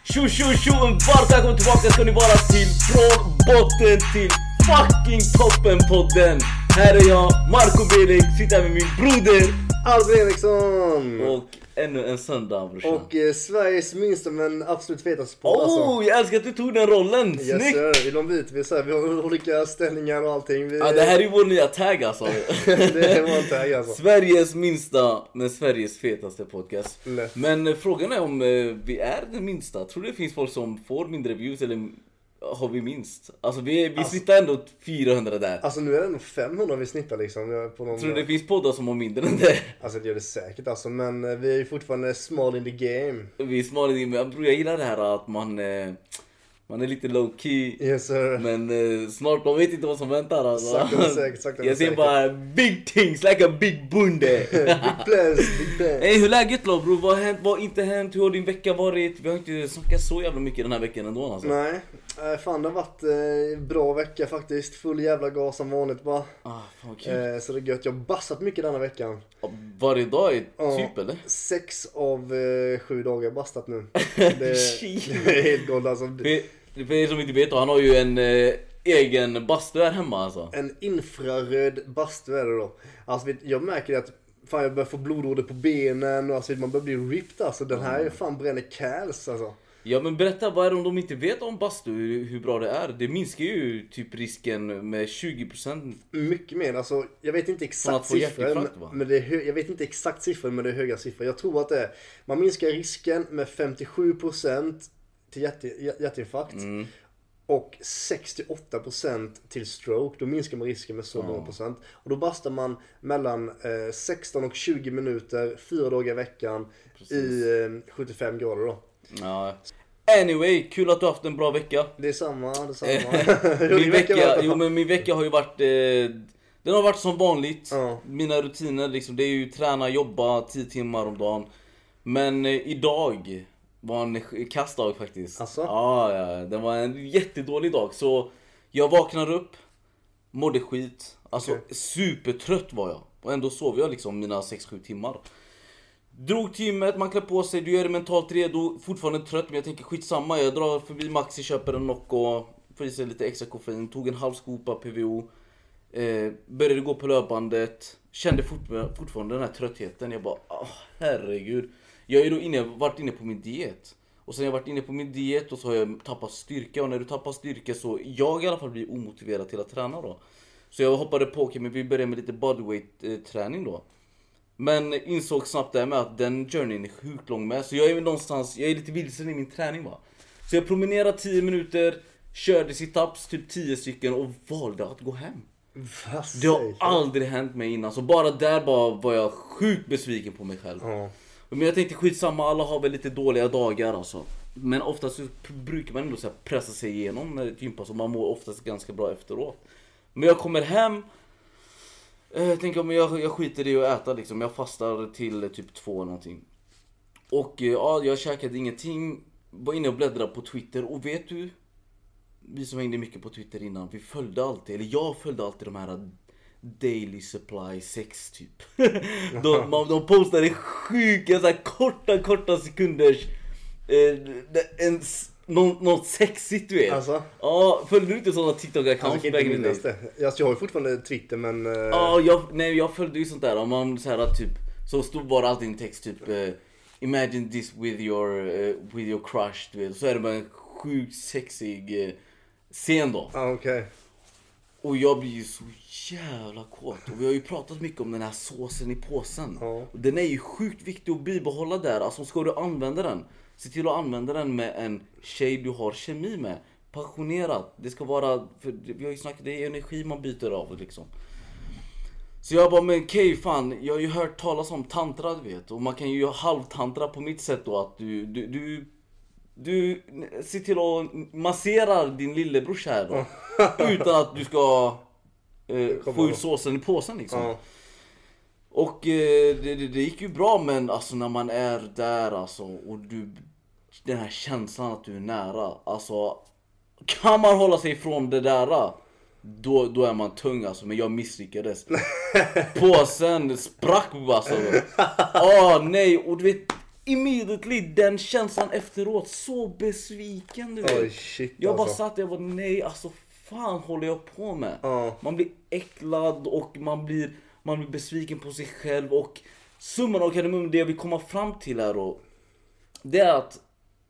Tjo, varmt välkommen tillbaka ska ni vara till Från botten till fucking toppen-podden. Här är jag, Marco Belek, sitter med min broder Albin Eriksson. och ännu en söndag, brorsan. Och Sveriges minsta men absolut fetaste podd alltså. Jag älskar att du tog den rollen, yes, snyggt. Sir. De vet vi, så här, vi har olika ställningar och allting Ja, det här är vår nya tag alltså. Det är vår tag alltså. Sveriges minsta men Sveriges fetaste podcast. Lätt. Men frågan är om vi är den minsta. Tror du det finns folk som får mindre views eller har vi minst? Alltså vi snittar ändå 400 där. Alltså nu är det nog 500 vi snittar liksom på någon... Tror du det finns poddar som har mindre än det? Alltså det gör det säkert alltså, men vi är ju fortfarande small in the game. Vi är smala in, men jag gillar det här att man är lite low key. Yes sir. Men snart, de vet inte vad som väntar alltså. Sakta men säkert. Jag ser bara big things like a big bunde. Big plans. Hey, hur är läget då bro? Vad har hänt? Vad har inte hänt? Hur har din vecka varit? Vi har inte snackat så jävla mycket den här veckan ändå alltså. Nej, fan det har varit bra vecka faktiskt. Full jävla gas som vanligt bara. Fan kul. Så det är gött. Jag har bassat mycket denna veckan. Varje dag typ eller? 6 av 7 dagar har bastat nu. Det är helt gott alltså. För er som inte vet, han har ju en egen bastu här hemma alltså. En infraröd bastu är det då. Alltså jag märker att fan, jag börjar få blodåder på benen och alltså, man börjar bli ripped alltså. Den här är fan bränner kärls alltså. Ja men berätta, vad är det om de inte vet om bastu, hur bra det är? Det minskar ju typ risken med 20%. Mycket mer, alltså jag vet inte exakt siffror, men det är jag vet inte exakt siffror, men det är höga siffror. Jag tror att det är, man minskar risken med 57% till hjärtinfarkt och 68% till stroke. Då minskar man risken med så många procent. Och då bastar man mellan 16 och 20 minuter 4 dagar i veckan. Precis. I 75 grader då. Ja. Anyway, kul att du har haft en bra vecka. Det är samma. Min vecka har ju varit den har varit som vanligt. Mina rutiner liksom, det är ju träna, jobba 10 timmar om dagen. Men idag var en kastdag faktiskt. Alltså? Ja, det var en jättedålig dag. Så jag vaknade upp, mådde skit. Alltså supertrött var jag. Och ändå sov jag liksom mina 6-7 timmar. Drog till gymmet, man klär på sig, du gör det mentalt redo. Fortfarande trött, men jag tänker skitsamma. Jag drar förbi Maxi, köper en Nocco, får i sig lite extra koffein. Tog en halv skopa PVO. Började gå på löpbandet. Kände fortfarande den här tröttheten. Jag bara, herregud. Jag är då varit inne på min diet. Och sen jag varit inne på min diet och så har jag tappat styrka. Och när du tappar styrka så jag i alla fall blir omotiverad till att träna då. Så jag hoppade på, men vi började med lite bodyweight träning då. Men insåg snabbt där med att den journeyn är sjukt lång med. Så jag är lite vilsen i min träning va. Så jag promenerade 10 minuter, körde sit-ups typ 10 stycken och valde att gå hem. Det har aldrig hänt mig innan. Så bara där var jag sjukt besviken på mig själv. Men jag tänkte skitsamma, alla har väl lite dåliga dagar alltså. Men oftast så brukar man ändå så här pressa sig igenom när det gympar, så man mår oftast ganska bra efteråt. Men jag kommer hem, jag tänker om jag skiter i att äta liksom. Jag fastar till typ 2 någonting. Och jag käkade ingenting. Var inne och bläddrade på Twitter. Och vet du, vi som hängde mycket på Twitter innan, vi följde alltid, eller jag följde alltid de här Daily Supply 6 typ. de postade sjuka så här korta sekunders något sexigt du vet. Alltså? Ja, följde du inte sådana TikTok-accounts? Alltså, jag kan inte minnas det. Jag har ju fortfarande Twitter men... jag följde ju sånt där. Om man så här typ, så stod bara alltid en text typ imagine this with your crush, du vet. Så är det bara en sjukt sexig scen då. Okej. Och jag blir ju så jävla kåt. Och vi har ju pratat mycket om den här såsen i påsen. Och den är ju sjukt viktig att bibehålla där. Alltså ska du använda den, se till att använda den med en tjej du har kemi med. Passionerat. Det ska vara, för vi har ju snackat, det är energi man byter av liksom. Så jag bara, men okej, fan, jag har ju hört talas om tantra, du vet. Och man kan ju halvtantra på mitt sätt då, att du ser till att massera din lillebrors här då. Utan att du ska få ut såsen i påsen liksom. Och det gick ju bra, men alltså när man är där alltså, och den här känslan att du är nära, alltså kan man hålla sig ifrån det där, då är man tung alltså. Men jag misslyckades. Påsen sprack alltså. Nej, och du vet, immediately den känslan efteråt, så besviken du vet. Shit, jag bara satt och jag bara nej, alltså fan håller jag på med? Man blir äcklad och man blir besviken på sig själv. Och summan av kardemumman, det jag vill komma fram till här då, det är att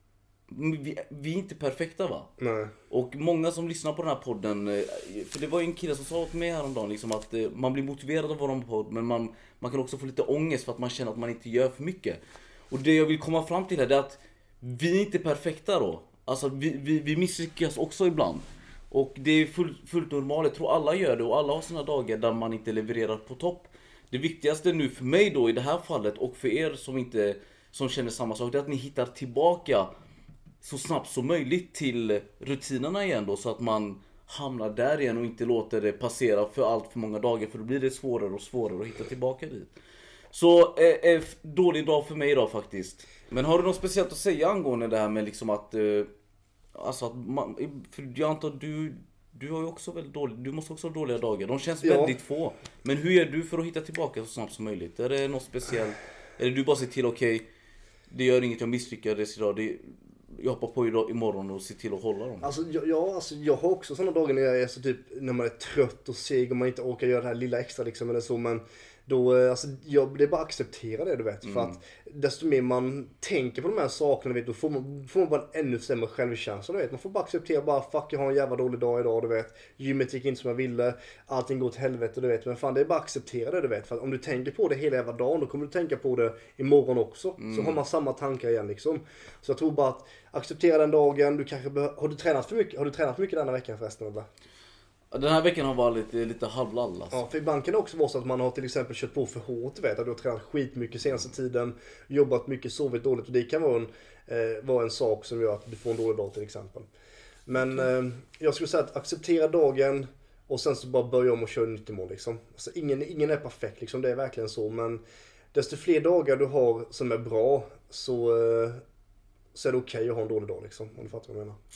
vi är inte perfekta, va? Nej. Och många som lyssnar på den här podden, för det var ju en kille som sa åt mig häromdagen liksom, att man blir motiverad av våran podd, men man kan också få lite ångest för att man känner att man inte gör för mycket. Och det jag vill komma fram till här är att vi är inte perfekta då. Alltså vi misslyckas också ibland. Och det är fullt normalt, jag tror alla gör det, och alla har sina dagar där man inte levererar på topp. Det viktigaste nu för mig då i det här fallet, och för er som känner samma sak, det är att ni hittar tillbaka så snabbt som möjligt till rutinerna igen då, så att man hamnar där igen och inte låter det passera för allt för många dagar, för då blir det svårare och svårare att hitta tillbaka dit. Så dålig dag för mig idag faktiskt. Men har du något speciellt att säga angående det här med liksom att alltså att man, för jag antar du har ju också väldigt du måste också ha dåliga dagar. De känns väldigt få. Men hur gör du för att hitta tillbaka så snabbt som möjligt? Är det något speciellt? Eller du bara ser till okej, det gör inget, jag misslyckades idag, jag hoppar på idag, imorgon och ser till att hålla dem. Alltså jag har också sådana dagar när jag är så typ, när man är trött och seg och man inte orkar göra det här lilla extra liksom eller så, men då, alltså, det är bara att acceptera det, du vet. För att desto mer man tänker på de här sakerna, vet, då får man bara en ännu sämre självkänsla, du vet. Man får bara acceptera, bara fuck, jag har en jävla dålig dag idag, du vet. Gymmet gick inte som jag ville, allting går till helvete, du vet. Men fan, det är bara att acceptera det, du vet. För att om du tänker på det hela jävla dagen, då kommer du tänka på det imorgon också. Så har man samma tankar igen liksom. Så jag tror bara att acceptera den dagen, du kanske har du tränat mycket den här veckan förresten, eller? Den här veckan har varit lite halvlall alltså. Ja, för ibland kan det också vara så att man har till exempel kört på för hårt, vet, att du har tränat skitmycket senaste tiden, jobbat mycket, sovit dåligt, och det kan vara en sak som gör att du får en dålig dag till exempel. Men jag skulle säga att acceptera dagen och sen så bara börja om och köra nytt imorgon liksom. Alltså, ingen är perfekt liksom, det är verkligen så, men desto fler dagar du har som är bra så är det okej att ha en dålig dag liksom, om du fattar vad jag menar.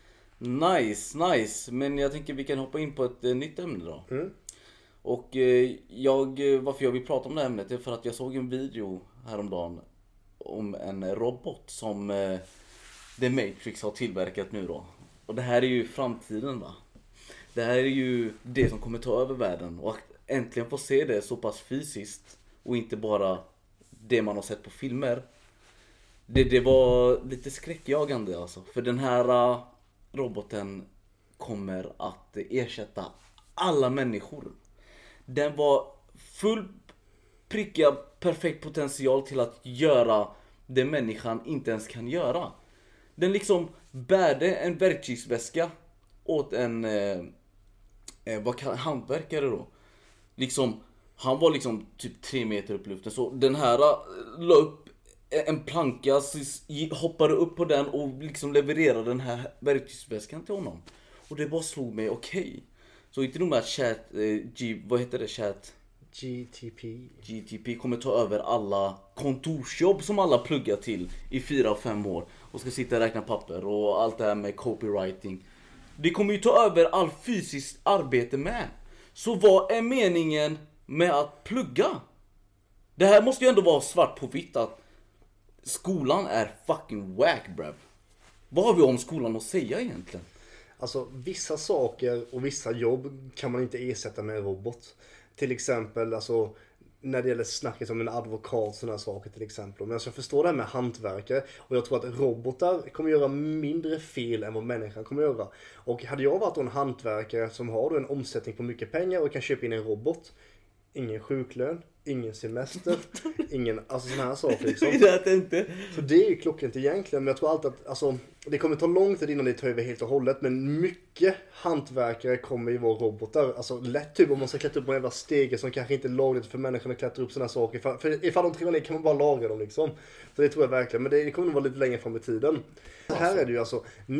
Nice. Men jag tänker vi kan hoppa in på ett nytt ämne då. Och varför jag vill prata om det här ämnet är för att jag såg en video häromdagen om en robot som The Matrix har tillverkat nu då. Och det här är ju framtiden, va? Det här är ju det som kommer ta över världen. Och äntligen få se det så pass fysiskt och inte bara det man har sett på filmer. Det var lite skräckjagande alltså. För den här roboten kommer att ersätta alla människor. Den var full pricka perfekt potential till att göra det människan inte ens kan göra. Den liksom bärde en verktygsväska åt en hantverkare då. Liksom, han var liksom typ 3 meter upp i luften. Så den här la upp en planka, hoppade upp på den och liksom levererade den här verktygsväskan till honom. Och det bara slog mig, okej. Så inte nog med att GTP kommer ta över alla kontorsjobb som alla pluggar till i 4-5 år och ska sitta och räkna papper och allt det här med copywriting. Det kommer ju ta över all fysiskt arbete med. Så vad är meningen med att plugga? Det här måste ju ändå vara svart på vitt att skolan är fucking whack, bruv. Vad har vi om skolan att säga egentligen? Alltså vissa saker och vissa jobb kan man inte ersätta med en robot. Till exempel alltså när det gäller snacket om en advokat och sådana saker till exempel. Men alltså, jag förstår det här med hantverkare och jag tror att robotar kommer göra mindre fel än vad människan kommer göra. Och hade jag varit en hantverkare som har då en omsättning på mycket pengar och kan köpa in en robot, ingen sjuklön, ingen semester, ingen, alltså sådana här saker liksom. För det är ju klockrent egentligen, men jag tror alltid att alltså, det kommer ta lång tid innan det tar över helt och hållet, men mycket hantverkare kommer ju vara robotar. Alltså lätt typ om man ska klättra upp på en jävla stege som kanske inte är lagligt för människan att klättra upp sådana saker. För ifall de trillar ner kan man bara laga dem liksom. Så det tror jag verkligen, men det kommer nog vara lite längre fram i tiden. Så här är det ju alltså,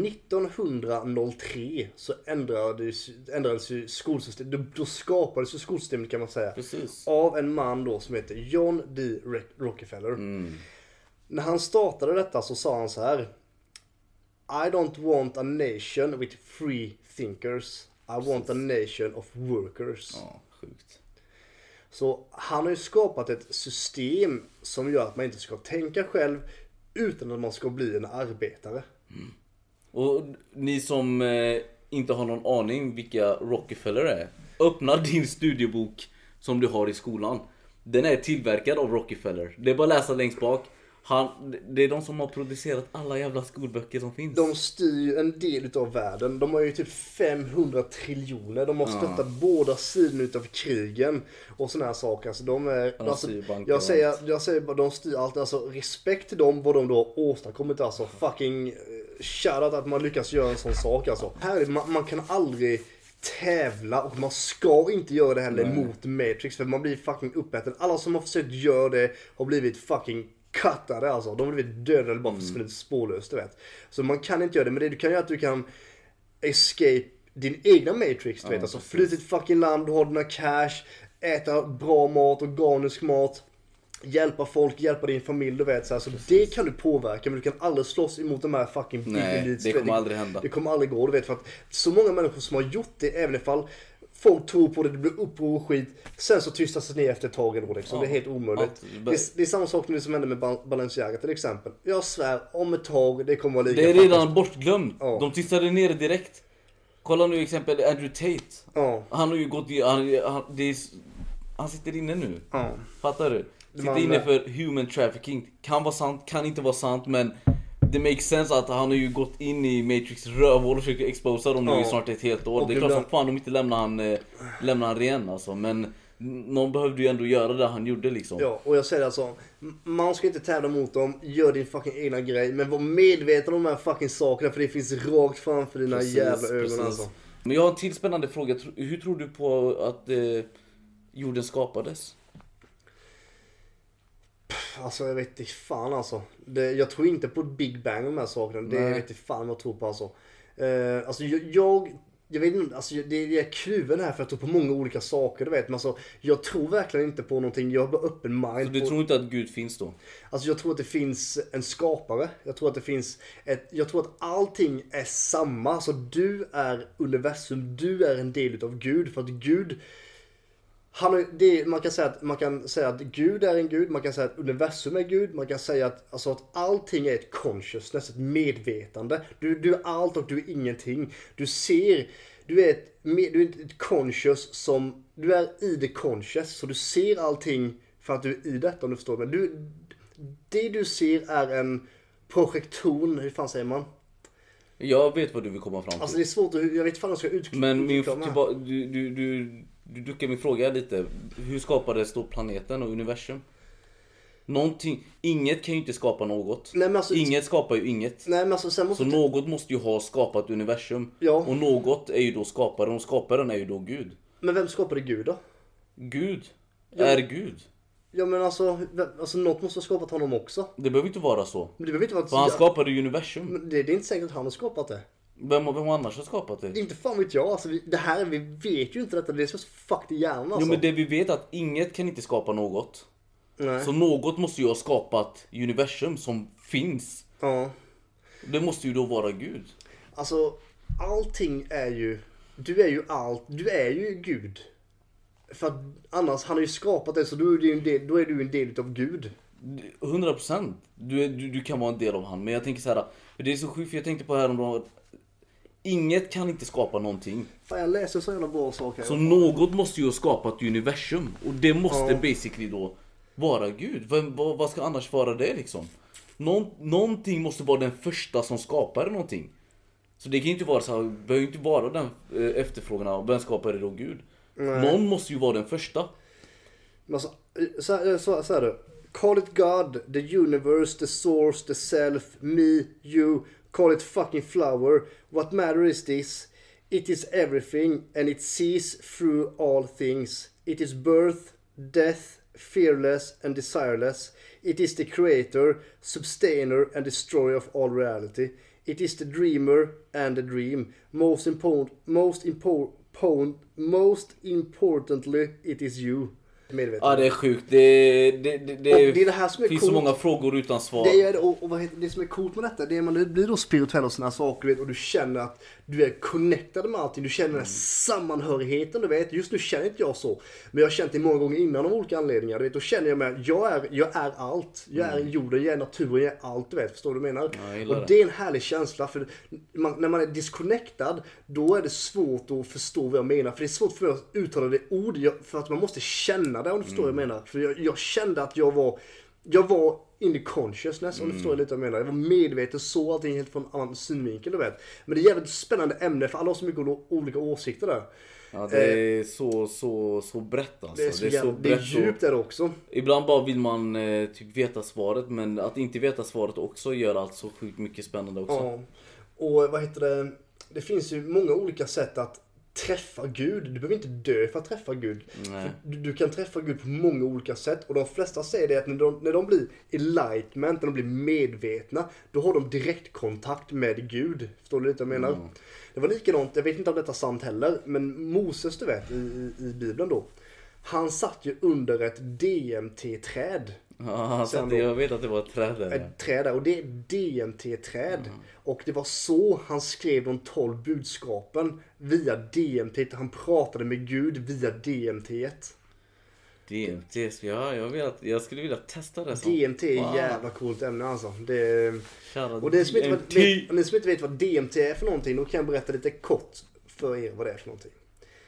1903 så ändrades ju skolsystemet, då skapades ju skolsystemet kan man säga. Precis. Av en man då som heter John D. Rockefeller. När han startade detta så sa han så här: I don't want a nation with free thinkers. I want a nation of workers. Ja, sjukt. Så han har ju skapat ett system som gör att man inte ska tänka själv utan att man ska bli en arbetare. Mm. Och ni som inte har någon aning vilka Rockefeller är, öppna din studiebok som du har i skolan. Den är tillverkad av Rockefeller. Det är bara att läsa längst bak. Det är de som har producerat alla jävla skolböcker som finns. De styr en del av världen. De har ju typ 500 triljoner. De har stöttat båda sidorna utav krigen. Och såna här saker. Alltså de är... Alltså, jag säger bara, de styr allt. Alltså respekt till dem, vad de då har åstadkommit. Alltså fucking shoutout att man lyckas göra en sån sak. Alltså. Här, man kan aldrig tävla och man ska inte göra det heller mot Matrix. För man blir fucking uppäten. Alla som har försökt göra det har blivit fucking kattade alltså. De har blivit dödade eller bara försvunnit spårlöst, du vet. Så man kan inte göra det. Men det du kan göra är att du kan escape din egna Matrix, du vet. Alltså fly till ett fucking land, du har dina cash, äta bra mat, organisk mat, hjälpa folk, hjälpa din familj, du vet. Så det kan du påverka, men du kan aldrig slåss emot de här fucking big elites. Det kommer aldrig hända. Det kommer aldrig gå, du vet. För att så många människor som har gjort det, även ifall folk tror på det, det blir uppror och skit. Sen så tystas det ner efter ett tag då, liksom. Det är helt omöjligt. Det är samma sak nu som hände med Balenciaga till exempel. Jag svär, om ett tag, det kommer vara lika. Det är redan bortglömt. De tystade ner det direkt. Kolla nu exempel Andrew Tate. Han har ju gått i... Han sitter inne nu. Fattar du? Sitter inne för human trafficking. Kan vara sant, kan inte vara sant, men... Det makes sense att han har ju gått in i Matrix rövhål och försöker exposa dem nu i snart ett helt år. Och det är klart som fan de inte lämnar han ren alltså. Men någon behövde ju ändå göra det han gjorde liksom. Ja, och jag säger alltså, man ska inte tävla mot dem. Gör din fucking egna grej. Men var medveten om de här fucking sakerna, för det finns rakt framför dina jävla ögon alltså. Men jag har en till spännande fråga. Hur tror du på att jorden skapades? Alltså jag vet inte fan alltså. Jag tror inte på Big Bang och de här sakerna. Det vet inte fan vad jag tror på alltså. Alltså jag vet inte, alltså det är kluven här för jag tror på många olika saker, du vet. Men alltså, jag tror verkligen inte på någonting. Jag har bara öppen mind. Så du tror inte att Gud finns då? Alltså jag tror att det finns en skapare. Jag tror att det finns jag tror att allting är samma. Alltså du är universum. Du är en del av Gud. För att Gud... man kan säga att Gud är en gud, man kan säga att universum är Gud, man kan säga att allting är ett consciousness, ett medvetande. Du är allt och du är ingenting. Du är ett conscious som, du är i the conscious, så du ser allting för att du är i detta, om du förstår. Men det du ser är en projektion, hur fan säger man? Jag vet vad du vill komma fram till. Alltså det är svårt, jag vet fan jag ska Men du duckar min fråga lite. Hur skapades då planeten och universum? Inget kan ju inte skapa något. Nej, men alltså, inget skapar ju inget. Nej, men alltså, så något måste ju ha skapat universum. Ja. Och något är ju då skaparen. Och skaparen är ju då Gud. Men vem skapade Gud då? Gud är Gud. Ja, men alltså något måste ha skapat honom också. Det behöver inte vara så. Men det behöver inte vara för han skapade ju universum. Men det är inte säkert att han har skapat det. Vem annars har skapat det? Inte fan vet jag. Alltså, vi vet ju inte detta. Det är så fucked i hjärnan alltså. Jo, men det vi vet är att inget kan inte skapa något. Nej. Så något måste ju ha skapat universum som finns. Ja. Det måste ju då vara Gud. Alltså, allting är ju... Du är ju allt. Du är ju Gud. För att annars, han har ju skapat det, så då är du en del av Gud. 100%. Du kan vara en del av han. Men jag tänker så här, det är så sjukt, för jag tänkte på häromdagen att inget kan inte skapa någonting. Fan, jag läser så jävla bra saker. Så något måste ju ha skapat universum. Och det måste basically då vara Gud. Vad ska annars vara det liksom? Någonting måste vara den första som skapar någonting. Så det kan ju inte vara så här, behöver inte vara den efterfrågan av vem skapar det då Gud. Nej. Någon måste ju vara den första. Men alltså, så är det. Call it God, the universe, the source, the self, me, you. Call it fucking flower. What matter is this? It is everything and it sees through all things. It is birth, death, fearless and desireless. It is the creator, sustainer and destroyer of all reality. It is the dreamer and the dream. Most importantly, it is you. Ja, det är sjukt. Det är här som är finns coolt. Så många frågor utan svar. Det är det, och vad heter det som är coolt med detta, det är man det blir då spirituella och såna saker, vet, och du känner att du är connectad med allting, du känner den här sammanhörigheten, du vet. Just nu känner inte jag så, men jag har känt det många gånger innan av olika anledningar, du vet. Då känner jag mig, jag är allt. Jag är jorden, jag är naturen, jag är allt, du vet. Förstår du vad jag menar? Och det är en härlig känsla, för när man är disconnectad, då är det svårt att förstå vad jag menar. För det är svårt för mig att uttala det ord, för att man måste känna det, om du förstår vad jag menar. För jag kände att jag var in the consciousness, om du förstår lite vad jag menar. Jag var medveten, så allting helt från en annan synvinkel, du vet. Men det är ett jävligt spännande ämne, för alla har så mycket olika åsikter där. Ja, det är så brett alltså. Det är djupt där också. Ibland bara vill man typ veta svaret, men att inte veta svaret också gör allt så sjukt mycket spännande också. Ja. Och vad heter det? Det finns ju många olika sätt att träffa Gud. Du behöver inte dö för att träffa Gud. Du kan träffa Gud på många olika sätt. Och de flesta säger det att när de blir enlightenment, när de blir medvetna, då har de direktkontakt med Gud. Förstår du lite vad jag menar? Det var likadant, jag vet inte om detta är sant heller, men Moses, du vet, i Bibeln då. Han satt ju under ett DMT-träd. Ja, jag vet att det var ett träd där. Ett träd där, och det är DMT-träd. Och det var så han skrev de 12 budskapen via DMT. Han pratade med Gud via DMT. DMT, ja, jag skulle vilja testa det. DMT är ett jävla coolt ämne alltså. Och ni som inte vet vad DMT är för någonting, då kan jag berätta lite kort för er vad det är för någonting.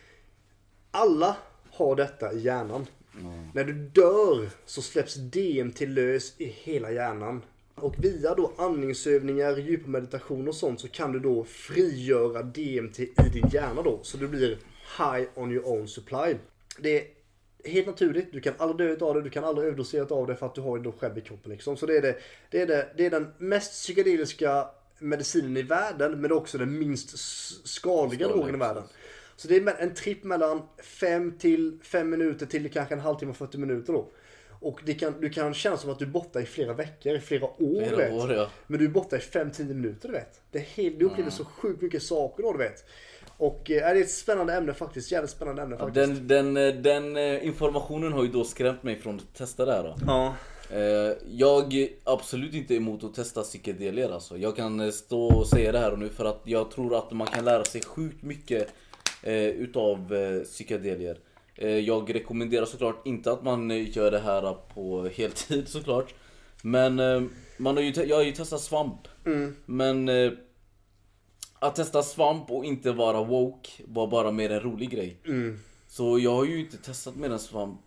Alla har detta i hjärnan. När du dör så släpps DMT lös i hela hjärnan. Och via då andningsövningar, djupa meditation och sånt, så kan du då frigöra DMT i din hjärna då. Så du blir high on your own supply. Det är helt naturligt, du kan aldrig dö av det, du kan aldrig överdosera av det, för att du har det då själv i kroppen liksom. Så det är den mest psykedeliska medicinen i världen, men också den minst skadliga drogen i världen. Så det är en tripp mellan 5 minuter till kanske en halvtimme och 40 minuter då. Och du kan känna som att du är borta i flera veckor, i flera år, ja. Men du är borta i 5-10 minuter, du vet. Du upplever så sjukt mycket saker då, du vet. Och det är ett spännande ämne faktiskt, jävligt spännande ämne faktiskt. Den informationen har ju då skrämt mig från att testa det här då. Ja. Jag är absolut inte emot att testa psykedelier alltså. Jag kan stå och säga det här och nu, för att jag tror att man kan lära sig sjukt mycket utav psykedelier. Jag rekommenderar såklart inte att man gör det här på heltid såklart. Men jag har ju testat svamp. Men att testa svamp och inte vara woke var bara mer en rolig grej. Så jag har ju inte testat mer än svamp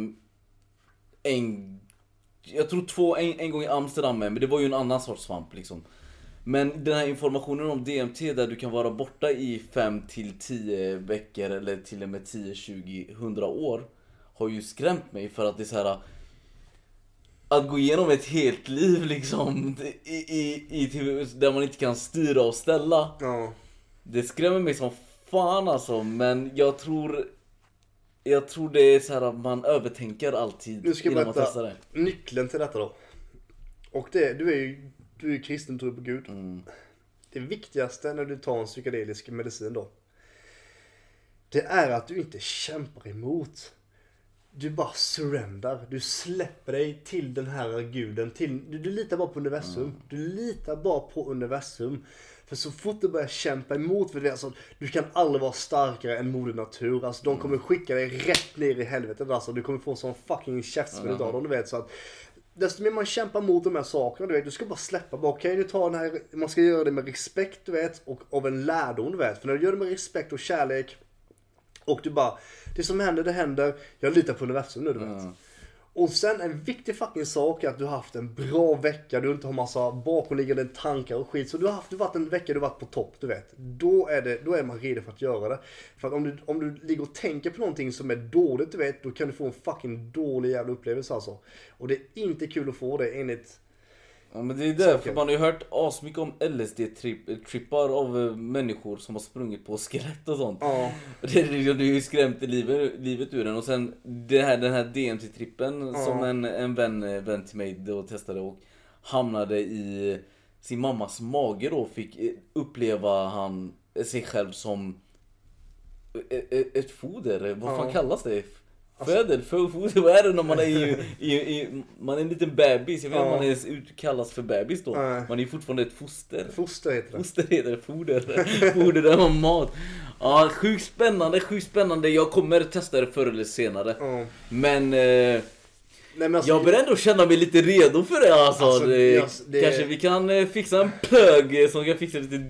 jag tror en gång i Amsterdam med, men det var ju en annan sorts svamp liksom. Men den här informationen om DMT, där du kan vara borta i 5-10 veckor eller till och med 10, 20, 100 år, har ju skrämt mig, för att det är så här att gå igenom ett helt liv liksom där man inte kan styra och ställa. Ja. Det skrämmer mig som fan alltså, men jag tror det är så här att man övertänker alltid. Nu ska jag innan man testar berätta det. nyckeln till detta då. Och du är ju kristen, tror på Gud. Det viktigaste när du tar en psykedelisk medicin då, det är att du inte kämpar emot. Du bara surrender. Du släpper dig till den här guden. Du litar bara på universum. Du litar bara på universum. För så fort du börjar kämpa emot, för det, alltså, du kan aldrig vara starkare än moder natur. Alltså, de kommer skicka dig rätt ner i helvetet. Alltså, du kommer få en sån fucking käftsmäll av dem, du vet. Så att desto mer man kämpar mot de här sakerna, du vet, du ska bara släppa. Okej, du tar den här, man ska göra det med respekt, du vet, och av en lärdom, du vet. För när du gör det med respekt och kärlek, och du bara, det som händer, det händer. Jag litar på universum nu, du vet. Och sen en viktig fucking sak är att du har haft en bra vecka. Du inte har massa bakomliggande tankar och skit. Så du har varit en vecka, du har varit på topp, du vet. Då är man redo för att göra det. För att om du ligger och tänker på någonting som är dåligt, du vet, då kan du få en fucking dålig jävla upplevelse alltså. Och det är inte kul att få det enligt. Ja, men det är därför man har ju hört asmycket om LSD-trippar av människor som har sprungit på skelett och sånt. Ja. Det är ju skrämt i livet ur den. Och sen den här DMT-trippen som en vän till mig då testade och hamnade i sin mammas mage då, fick uppleva sig själv som ett foder. Vad fan kallas det? Vad är det när man är man är en liten bebis? Jag vet inte om man kallas för bebis då. Man är ju fortfarande ett foster. Foster heter det. Foster heter det, foder där man mat. Ja, sjukt spännande. Jag kommer testa det förr eller senare. Men alltså, jag börjar ändå känna mig lite redo för det alltså. Kanske vi kan fixa en plugg som kan fixa lite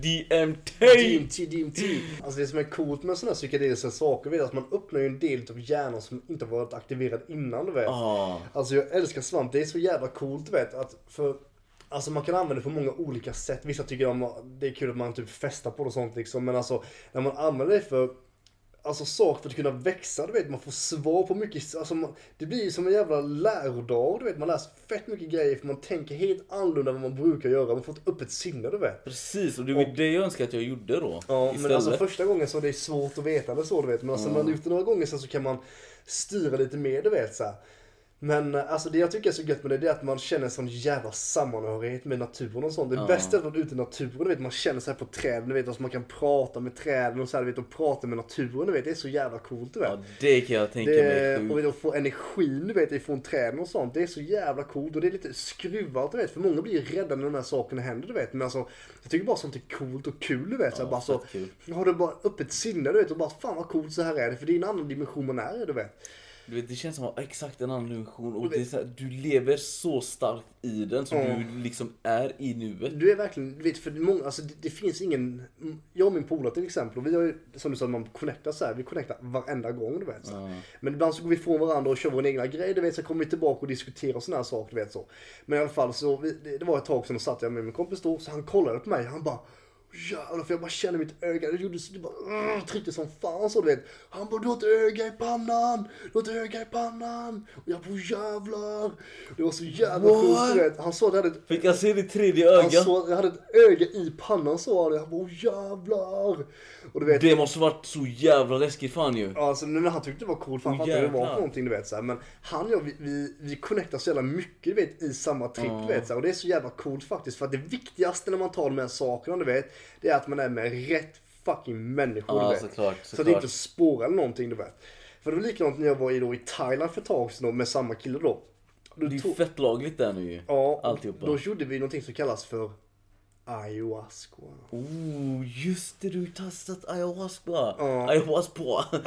DMT. Alltså det som är coolt med sådana här psykedeliska saker är att man öppnar ju en del av hjärnan som inte har varit aktiverad innan, du vet. Alltså jag älskar svamp, det är så jävla coolt, du vet, att alltså man kan använda det på många olika sätt. Vissa tycker om det är kul att man typ festar på det och sånt liksom, men alltså när man använder det för saker för att kunna växa, du vet, man får svar på mycket, alltså det blir ju som en jävla lärodag, du vet, man läser fett mycket grejer för man tänker helt annorlunda än vad man brukar göra, man får ett öppet sinne, du vet. Precis, och det var det jag önskar att jag gjorde då. Ja, istället. Men alltså första gången så är det svårt att veta det så, du vet, men alltså när man har gjort det några gånger så kan man styra lite mer, du vet, så här. Men alltså det jag tycker är så gött med det är att man känner en sån jävla sammanhörighet med naturen och sånt. Det bästa är att vara ute i naturen, du vet, man känner sig på träden, du vet, alltså man kan prata med träden och så här, du vet, och prata med naturen, du vet, det är så jävla coolt, du vet. Ja, det kan jag tänka mig. Och att få energin, du vet, ifrån träden och sånt, det är så jävla coolt och det är lite skruvat, du vet, för många blir rädda när de här sakerna händer, du vet, men alltså jag tycker bara sånt är coolt och kul, du vet, så bara så har du bara öppet sinne, du vet, och bara fan vad coolt så här är det, för det är en annan dimension man är, du vet. Du vet, det känns som exakt en annan dimension och det är så här, du lever så starkt i den så du liksom är i nuet. Du är verkligen, du vet, för många, alltså det finns ingen, jag och min polare till exempel, och vi har ju, som du sa, man connectar så här, vi connectar varenda gång, du vet så. Men ibland så går vi från varandra och kör vår egna grej, du vet, så kommer vi tillbaka och diskuterar såna här saker, du vet så. Men i alla fall så, det var ett tag sedan och satt jag med min kompis då, så han kollade på mig, han bara jävlar, för jag bara känner mitt öga, det gjorde så, det bara tryckte som fan så, du vet. Han bara, du har ett öga i pannan, och jag bara jävlar, det var så jävla sjukt, du vet. Han sa att jag hade fick jag se ditt tredje öga? Han sa att jag hade ett öga i pannan, så han bara jävlar. Och du vet, det måste varit så jävla läskigt fan ju. Ja, alltså när han tyckte det var coolt, fan fattade det var för någonting, du vet så här. Men han och jag, vi connectar så jävla mycket, du vet, i samma tripp, du vet så här. Och det är så jävla coolt faktiskt, för att det viktigaste när man tar de här sakerna, du vet, det är att man är med rätt fucking människor, du vet. Såklart. Så det inte spårar eller någonting, du vet. För det var likadant när jag var i Thailand för ett tag sedan med samma kille då. Det är ju fett lagligt där nu ju. Ja, alltihopa. Då gjorde vi någonting som kallas för ayahuasca. Just det, du har testat ayahuasca. Ayahuasca.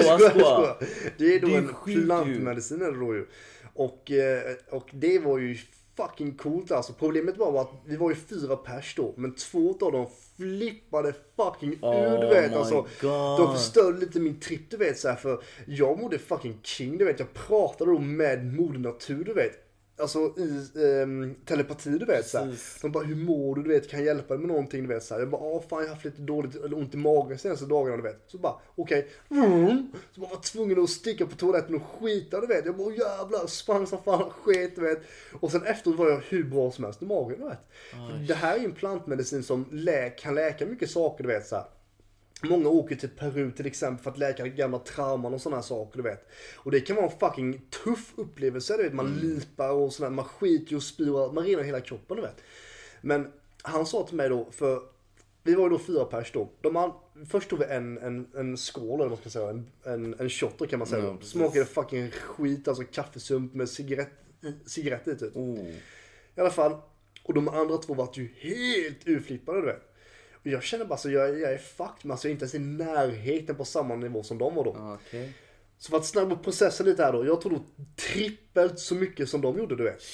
Det är då en plantmedicin eller då ju. Och det var ju fucking coolt alltså. Problemet var att vi var ju 4 pers då, men 2 av dem flippade fucking ur, du vet, alltså. De förstörde lite min tripp, du vet, så här, för jag mådde fucking king, du vet. Jag pratade då med moder natur, du vet. Alltså i telepati, du vet, så här. De bara, hur mår du vet, kan hjälpa dig med någonting, du vet, så här. Jag bara, fan, jag har haft lite dåligt eller ont i magen senaste dagarna, du vet. Så bara, okej. Så bara var tvungen att sticka på toaletten och skita, du vet. Jag bara, jävlar, sprang som fan, sket, du vet. Och sen efteråt var jag hur bra som helst i magen, du vet. Det här är ju en plantmedicin som kan läka mycket saker, du vet, så här. Många åker till Peru till exempel för att läka gamla trauman och sådana saker, du vet. Och det kan vara en fucking tuff upplevelse, du vet. Man lipar och sådär, man skiter och spyr, man renar hela kroppen, du vet. Men han sa till mig då, för vi var ju då 4 pers då. Först tog vi en skål, eller vad ska jag säga, en shot kan man säga. Smakade fucking skit, alltså kaffesump med cigarett i typ. I alla fall, och de andra 2 var ju helt urflippade, du vet. Och jag känner bara så jag är fucked, men alltså jag är inte ens i närheten på samma nivå som de var då. Okay. Så för att snabba processen lite här då, jag tog då trippelt så mycket som de gjorde, du vet.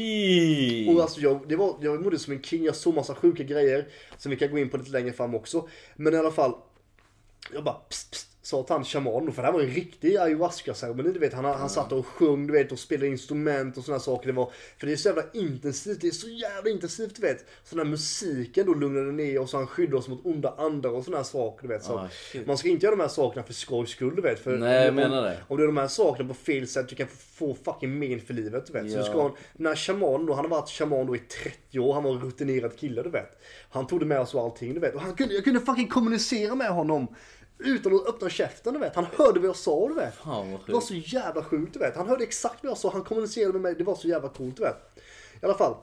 Shit. Och alltså jag mådde som en king, jag såg massa sjuka grejer som vi kan gå in på lite längre fram också. Men i alla fall, jag bara pst, sa till han shaman, för det här var en riktig ayahuasca-ceremoni, du vet. Han satt och sjöng, du vet, och spelade instrument och såna saker. För det är så jävla intensivt, du vet. Sån här musiken då lugnade ner och så han skyddade oss mot onda andar och såna här saker, du vet. Så man ska inte göra de här sakerna för skojs skull, du vet. För nej, jag menar det. Om du gör de här sakerna på fel sätt, du kan få fucking men för livet, du vet. Så du ska den här shamanen då, han har varit shaman då i 30 år, han var en rutinerad kille, du vet. Han tog det med oss och allting, du vet. Och jag kunde fucking kommunicera med honom utan att öppna käften, du vet. Han hörde vad jag sa, du vet. Det var så jävla sjukt, du vet. Han hörde exakt vad jag sa, han kommunicerade med mig. Det var så jävla coolt, du vet. I alla fall.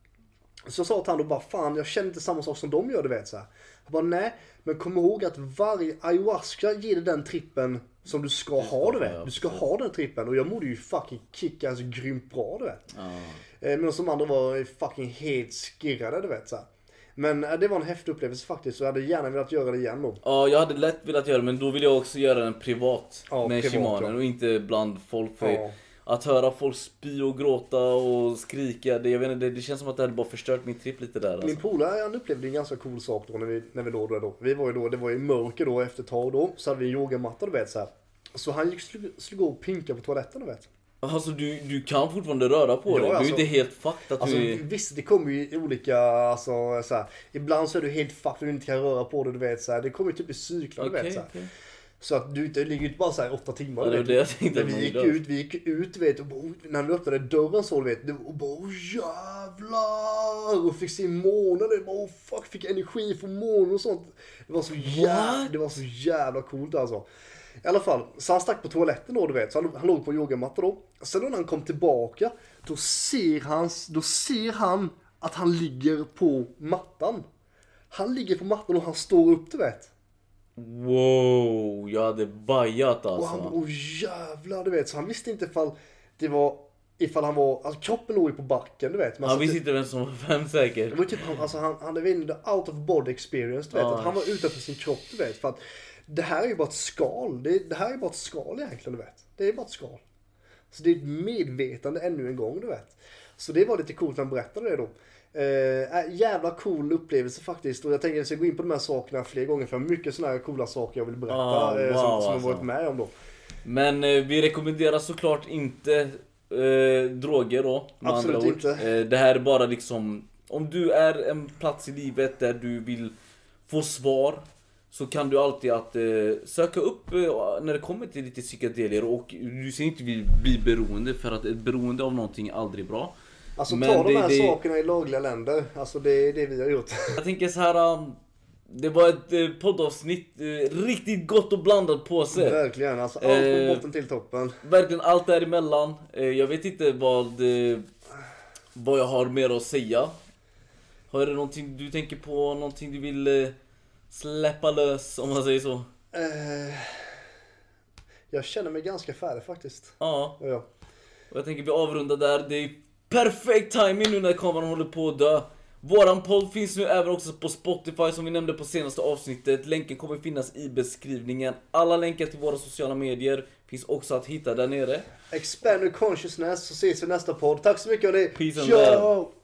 Så sa han då bara, fan, jag känner inte samma sak som de gör, du vet. Så här. Jag bara, nej, men kom ihåg att varje ayahuasca ger dig den trippen Som du ska ha, du vet. Du ska ha den trippen. Och jag mådde ju fucking kicka grymt bra, du vet. Men som andra var fucking helt skirrade, du vet så här. Men det var en häftig upplevelse faktiskt. Så jag hade gärna velat göra det igen då. Ja, jag hade lätt velat göra det. Men då vill jag också göra den privat med shamanen. Och inte bland folk. För att höra folk spy och gråta och skrika. Jag vet inte, det känns som att det hade bara förstört min tripp lite där. Alltså. Min polare, han upplevde en ganska cool sak då när vi då. Vi var ju då, det var ju mörker då efter ett tag då. Så hade vi en yogamatta, du vet så här. Så han skulle gå och pinka på toaletten, du vet. Alltså du kan fortfarande röra på dig. Du är inte helt fucked att alltså, visst, det kommer ju i olika, alltså så här, ibland så är du helt fucked och du inte kan röra på dig, du vet så här. Det kommer ju typ i cyklar, du vet så här. Så att du inte ligger inte bara så här 8 timmar, du vet. Vi gick ut, du vet, och när du öppnade dörren så, du vet, och bara jävlar, och fick se månen, det bara fuck, fick energi från månen och sånt. Det var så jävla coolt alltså. I alla fall, så han stack på toaletten då, du vet. Så han låg på yogamatta då. Sen när han kom tillbaka, då ser han att han ligger på mattan. Han ligger på mattan och han står upp, du vet. Wow, jag hade bajat alltså. Och han bara, jävlar, du vet. Så han visste inte ifall han var, alltså kroppen låg ju på backen, du vet. Men han visste inte vem som var vem säkert. Det var typ, han är inne i out of body experience, du vet. Att han var utanför sin kropp, du vet. För att det här är ju bara ett skal. Det här är bara ett skal egentligen, du vet. Det är bara ett skal. Så det är ett medvetande ännu en gång, du vet. Så det var lite coolt när han berättade det då. Jävla cool upplevelse faktiskt. Och jag tänker att jag ska gå in på de här sakerna fler gånger. För mycket sådana här coola saker jag vill berätta som jag varit med om då. Men vi rekommenderar såklart inte droger då. Absolut inte. Det här är bara liksom, om du är en plats i livet där du vill få svar, så kan du alltid att söka upp när det kommer till lite psykedelier. Och du ser inte bli beroende, för att ett beroende av någonting är aldrig bra. Alltså men ta de här sakerna i lagliga länder. Alltså det är det vi har gjort. Jag tänker så här, det var ett poddavsnitt riktigt gott och blandat på sig. Verkligen, alltså allt från botten till toppen. Verkligen allt däremellan. Jag vet inte vad jag har mer att säga. Har det någonting du tänker på, någonting du vill släppa lös, om man säger så? Jag känner mig ganska färdig faktiskt. Ja. Och jag tänker vi avrundar där. Det är perfekt timing nu när kameran håller på att dö. Våran podd finns nu även också på Spotify, som vi nämnde på senaste avsnittet. Länken kommer finnas i beskrivningen. Alla länkar till våra sociala medier finns också att hitta där nere. Expand your consciousness, så ses vi nästa podd. Tack så mycket, hörni. Peace and love.